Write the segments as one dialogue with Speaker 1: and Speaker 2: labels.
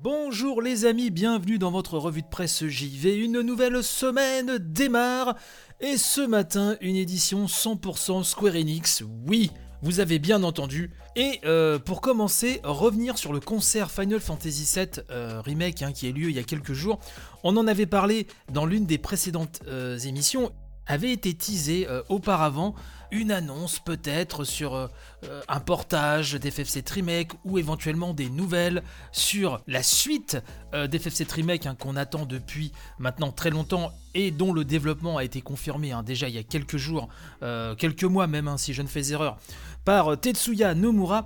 Speaker 1: Bonjour les amis, bienvenue dans votre revue de presse JV. Une nouvelle semaine démarre et ce matin, une édition 100% Square Enix. Oui, vous avez bien entendu. Et pour commencer, revenir sur le concert Final Fantasy VII Remake qui a eu lieu il y a quelques jours. On en avait parlé dans l'une des précédentes émissions. Avait été teasé auparavant une annonce peut-être sur un portage d'FF7 Remake ou éventuellement des nouvelles sur la suite d'FF7 Remake qu'on attend depuis maintenant très longtemps et dont le développement a été confirmé déjà il y a quelques jours, quelques mois même si je ne fais erreur, par Tetsuya Nomura.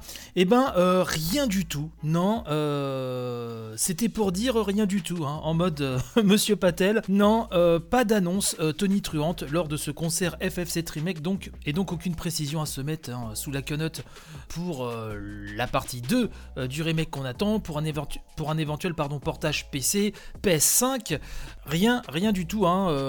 Speaker 1: Rien du tout, non, c'était pour dire rien du tout, en mode Monsieur Patel, non, pas d'annonce tonitruante lors de ce concert FF7 Remake et donc aucune précision à se mettre sous la quenotte pour la partie 2 du remake qu'on attend, pour un éventuel portage PC, PS5, rien du tout,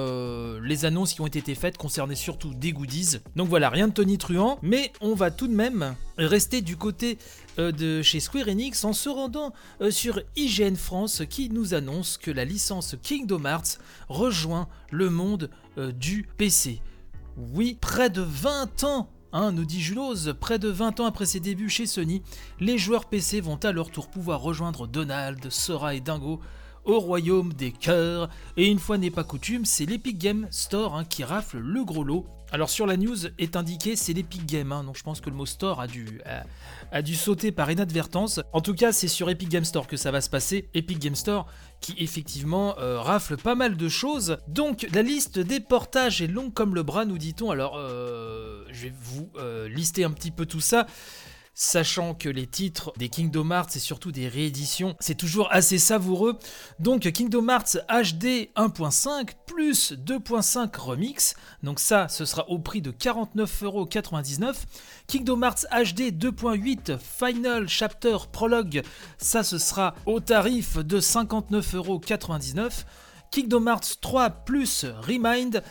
Speaker 1: les annonces qui ont été faites concernaient surtout des goodies, donc voilà, rien de tonitruant, mais on va tout de même rester du côté de chez Square Enix en se rendant sur IGN France qui nous annonce que la licence Kingdom Hearts rejoint le monde du PC. Oui, près de 20 ans, nous dit Julos, près de 20 ans après ses débuts chez Sony, les joueurs PC vont à leur tour pouvoir rejoindre Donald, Sora et Dingo au royaume des cœurs. Et une fois n'est pas coutume, c'est l'Epic Games Store qui rafle le gros lot. Alors sur la news est indiqué c'est l'Epic Games, donc je pense que le mot store a dû sauter par inadvertance. En tout cas c'est sur Epic Games Store que ça va se passer. Epic Games Store qui effectivement rafle pas mal de choses. Donc la liste des portages est longue comme le bras, nous dit-on. Alors je vais vous lister un petit peu tout ça. Sachant que les titres des Kingdom Hearts et surtout des rééditions, c'est toujours assez savoureux. Donc Kingdom Hearts HD 1.5 plus 2.5 Remix, donc ça ce sera au prix de 49,99€. Kingdom Hearts HD 2.8 Final Chapter Prologue, ça ce sera au tarif de 59,99€. Kingdom Hearts 3 plus Remind,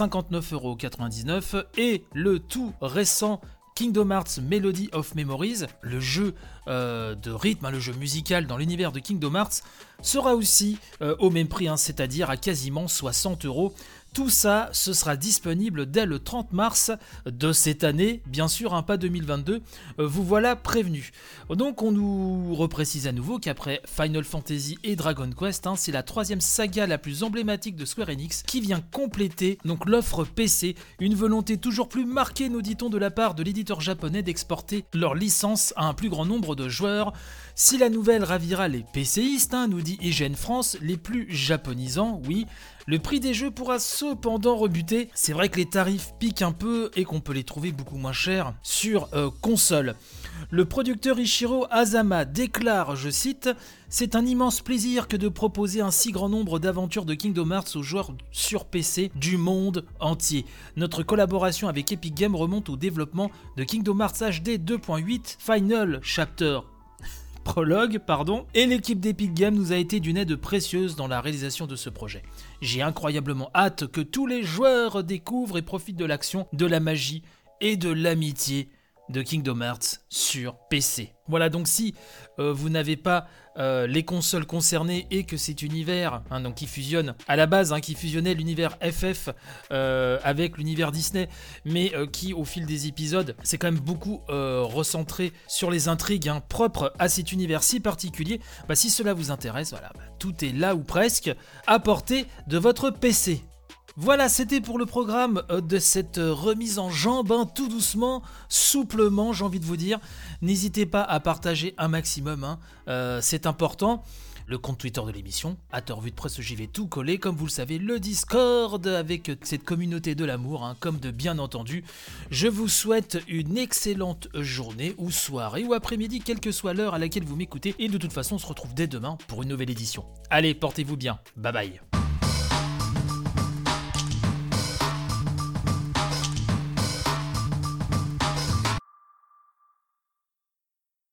Speaker 1: 59,99€ et le tout récent Kingdom Hearts Melody of Memories, le jeu de rythme, le jeu musical dans l'univers de Kingdom Hearts, sera aussi au même prix, c'est-à-dire à quasiment 60€. Tout ça, ce sera disponible dès le 30 mars de cette année, bien sûr, pas 2022, vous voilà prévenus. Donc on nous reprécise à nouveau qu'après Final Fantasy et Dragon Quest, c'est la troisième saga la plus emblématique de Square Enix qui vient compléter donc l'offre PC, une volonté toujours plus marquée, nous dit-on, de la part de l'éditeur japonais d'exporter leur licence à un plus grand nombre de joueurs. Si la nouvelle ravira les PCistes, nous dit IGN France, les plus japonisants, oui, le prix des jeux pourra cependant rebuter. C'est vrai que les tarifs piquent un peu et qu'on peut les trouver beaucoup moins chers sur console. Le producteur Ichiro Azama déclare, je cite, « C'est un immense plaisir que de proposer un si grand nombre d'aventures de Kingdom Hearts aux joueurs sur PC du monde entier. Notre collaboration avec Epic Games remonte au développement de Kingdom Hearts HD 2.8 Final Chapter Prologue, et l'équipe d'Epic Games nous a été d'une aide précieuse dans la réalisation de ce projet. J'ai incroyablement hâte que tous les joueurs découvrent et profitent de l'action, de la magie et de l'amitié de Kingdom Hearts sur PC. » Voilà, donc si vous n'avez pas les consoles concernées et que cet univers donc qui fusionne à la base, qui fusionnait l'univers FF avec l'univers Disney, mais qui au fil des épisodes c'est quand même beaucoup recentré sur les intrigues propres à cet univers si particulier, si cela vous intéresse, tout est là ou presque à portée de votre PC. Voilà, c'était pour le programme de cette remise en jambe, tout doucement, souplement, j'ai envie de vous dire. N'hésitez pas à partager un maximum, c'est important. Le compte Twitter de l'émission, @revue de presse JV tout collé, comme vous le savez, le Discord avec cette communauté de l'amour, comme de bien entendu. Je vous souhaite une excellente journée ou soirée ou après-midi, quelle que soit l'heure à laquelle vous m'écoutez. Et de toute façon, on se retrouve dès demain pour une nouvelle édition. Allez, portez-vous bien, bye bye.